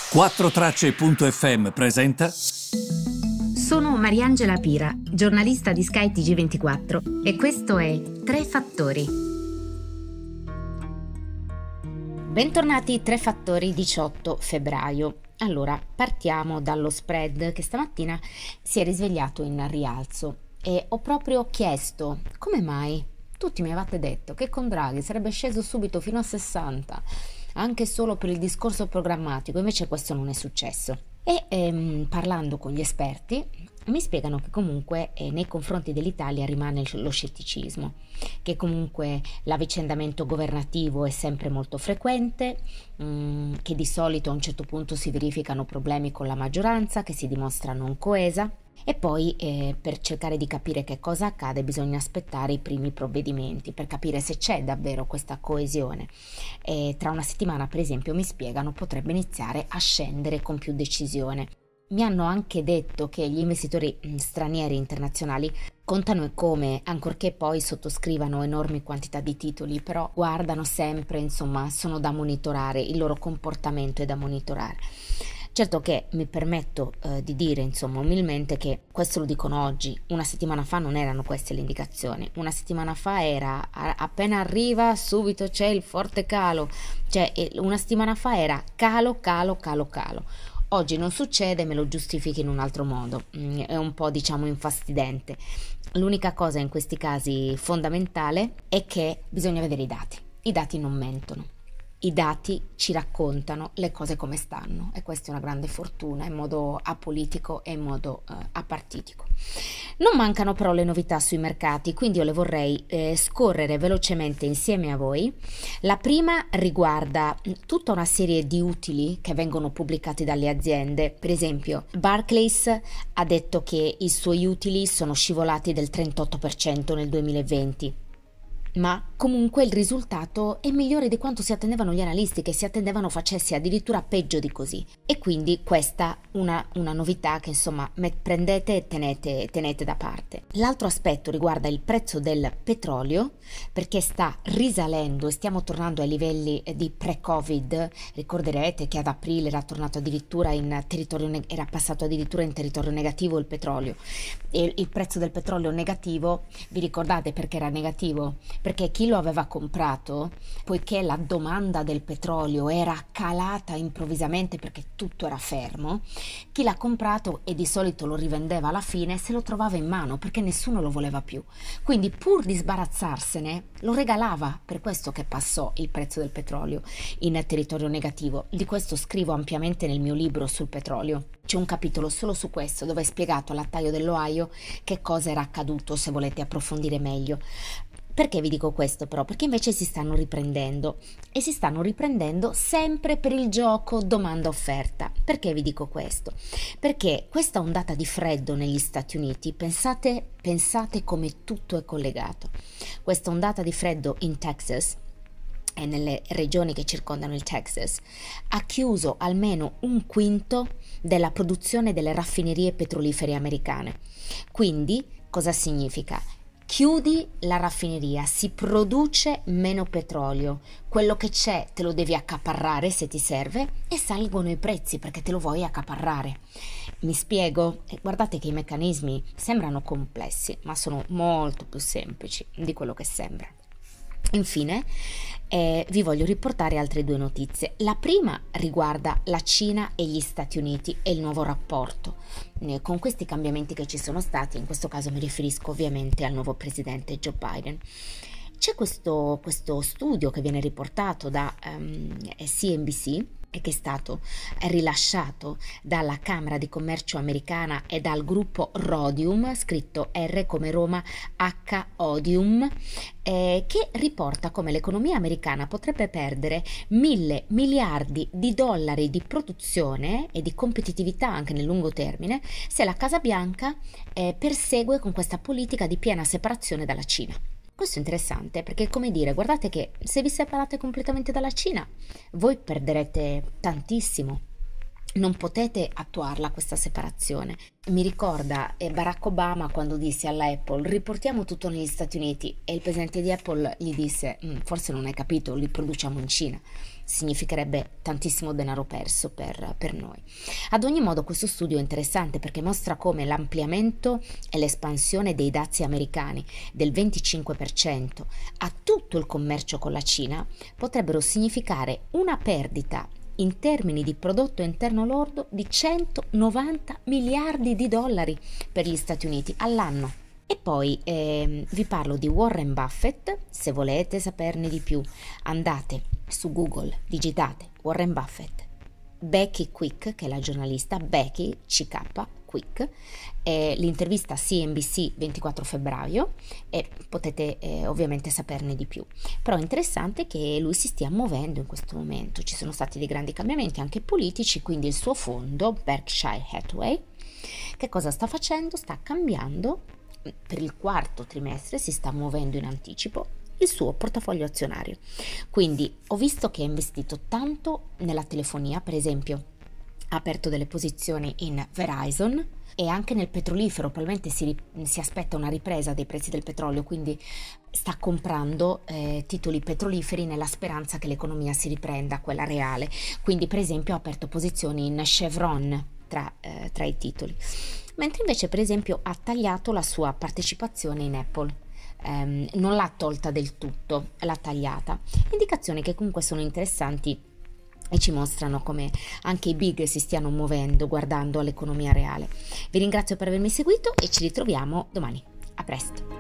4Tracce.fm presenta. Sono Mariangela Pira, giornalista di Sky TG24 e questo è Tre Fattori. Bentornati, Tre Fattori, 18 febbraio. Allora, partiamo dallo spread che stamattina si è risvegliato in rialzo e ho proprio chiesto come mai. Tutti mi avete detto che con Draghi sarebbe sceso subito fino a 60, anche solo per il discorso programmatico, invece questo non è successo. E parlando con gli esperti mi spiegano che comunque nei confronti dell'Italia rimane lo scetticismo, che comunque l'avvicendamento governativo è sempre molto frequente, che di solito a un certo punto si verificano problemi con la maggioranza che si dimostra non coesa. E poi per cercare di capire che cosa accade bisogna aspettare i primi provvedimenti per capire se c'è davvero questa coesione. E tra una settimana, per esempio, mi spiegano, potrebbe iniziare a scendere con più decisione. Mi hanno anche detto che gli investitori stranieri internazionali contano e come, ancorché poi sottoscrivano enormi quantità di titoli, però guardano sempre, insomma, sono da monitorare, il loro comportamento è da monitorare. Certo che mi permetto di dire, insomma, umilmente che questo lo dicono oggi. Una settimana fa non erano queste le indicazioni. Una settimana fa era appena arriva subito c'è il forte calo. Cioè una settimana fa era calo. Oggi non succede, me lo giustifichi in un altro modo. È un po', diciamo, infastidente. L'unica cosa in questi casi fondamentale è che bisogna vedere i dati. I dati non mentono. I dati ci raccontano le cose come stanno e questa è una grande fortuna in modo apolitico e in modo apartitico. Non mancano però le novità sui mercati, quindi io le vorrei scorrere velocemente insieme a voi. La prima riguarda tutta una serie di utili che vengono pubblicati dalle aziende. Per esempio, Barclays ha detto che i suoi utili sono scivolati del 38% nel 2020. Ma comunque il risultato è migliore di quanto si attendevano gli analisti, che si attendevano facesse addirittura peggio di così. E quindi questa una novità che insomma prendete e tenete da parte. L'altro aspetto riguarda il prezzo del petrolio, perché sta risalendo e stiamo tornando ai livelli di pre-Covid. Ricorderete che ad aprile era tornato addirittura era passato addirittura in territorio negativo il petrolio. E il prezzo del petrolio negativo, vi ricordate perché era negativo? Perché chi lo aveva comprato, poiché la domanda del petrolio era calata improvvisamente perché tutto era fermo, chi l'ha comprato e di solito lo rivendeva alla fine se lo trovava in mano perché nessuno lo voleva più. Quindi pur di sbarazzarsene lo regalava, per questo che passò il prezzo del petrolio in territorio negativo. Di questo scrivo ampiamente nel mio libro sul petrolio. C'è un capitolo solo su questo dove è spiegato all'acciaio dell'Ohio che cosa era accaduto, se volete approfondire meglio. Perché vi dico questo però? Perché invece si stanno riprendendo e si stanno riprendendo sempre per il gioco domanda-offerta. Perché vi dico questo? Perché questa ondata di freddo negli Stati Uniti, pensate come tutto è collegato. Questa ondata di freddo in Texas e nelle regioni che circondano il Texas ha chiuso almeno un quinto della produzione delle raffinerie petrolifere americane. Quindi cosa significa? Chiudi la raffineria, si produce meno petrolio, quello che c'è te lo devi accaparrare se ti serve e salgono i prezzi perché te lo vuoi accaparrare. Mi spiego? Guardate che i meccanismi sembrano complessi, ma sono molto più semplici di quello che sembra. Infine, vi voglio riportare altre due notizie. La prima riguarda la Cina e gli Stati Uniti e il nuovo rapporto. Con questi cambiamenti che ci sono stati, in questo caso mi riferisco ovviamente al nuovo presidente Joe Biden. C'è questo studio che viene riportato da CNBC e che è stato rilasciato dalla Camera di Commercio americana e dal gruppo Rhodium, scritto R come Roma, H Odium, che riporta come l'economia americana potrebbe perdere 1.000 miliardi di dollari di produzione e di competitività anche nel lungo termine se la Casa Bianca persegue con questa politica di piena separazione dalla Cina. Questo è interessante perché è come dire, guardate che se vi separate completamente dalla Cina, voi perderete tantissimo. Non potete attuarla questa separazione. Mi ricorda Barack Obama quando disse alla Apple riportiamo tutto negli Stati Uniti e il presidente di Apple gli disse forse non hai capito, li produciamo in Cina. significherebbe tantissimo denaro perso per noi. Ad ogni modo questo studio è interessante perché mostra come l'ampliamento e l'espansione dei dazi americani del 25% a tutto il commercio con la Cina potrebbero significare una perdita in termini di prodotto interno lordo di 190 miliardi di dollari per gli Stati Uniti all'anno. E poi vi parlo di Warren Buffett. Se volete saperne di più andate su Google, digitate Warren Buffett, Becky Quick, che è la giornalista, Becky CK Quick, l'intervista CNBC 24 febbraio e potete ovviamente saperne di più. Però è interessante che lui si stia muovendo in questo momento, ci sono stati dei grandi cambiamenti anche politici, quindi il suo fondo Berkshire Hathaway che cosa sta facendo? Sta cambiando per il quarto trimestre, si sta muovendo in anticipo il suo portafoglio azionario. Quindi ho visto che ha investito tanto nella telefonia, per esempio ha aperto delle posizioni in Verizon e anche nel petrolifero, probabilmente si aspetta una ripresa dei prezzi del petrolio, quindi sta comprando titoli petroliferi nella speranza che l'economia si riprenda, quella reale. Quindi per esempio ha aperto posizioni in Chevron tra i titoli, mentre invece per esempio ha tagliato la sua partecipazione in Apple. Non l'ha tolta del tutto, l'ha tagliata. Indicazioni che comunque sono interessanti e ci mostrano come anche i big si stiano muovendo guardando all'economia reale. Vi ringrazio per avermi seguito e ci ritroviamo domani. A presto.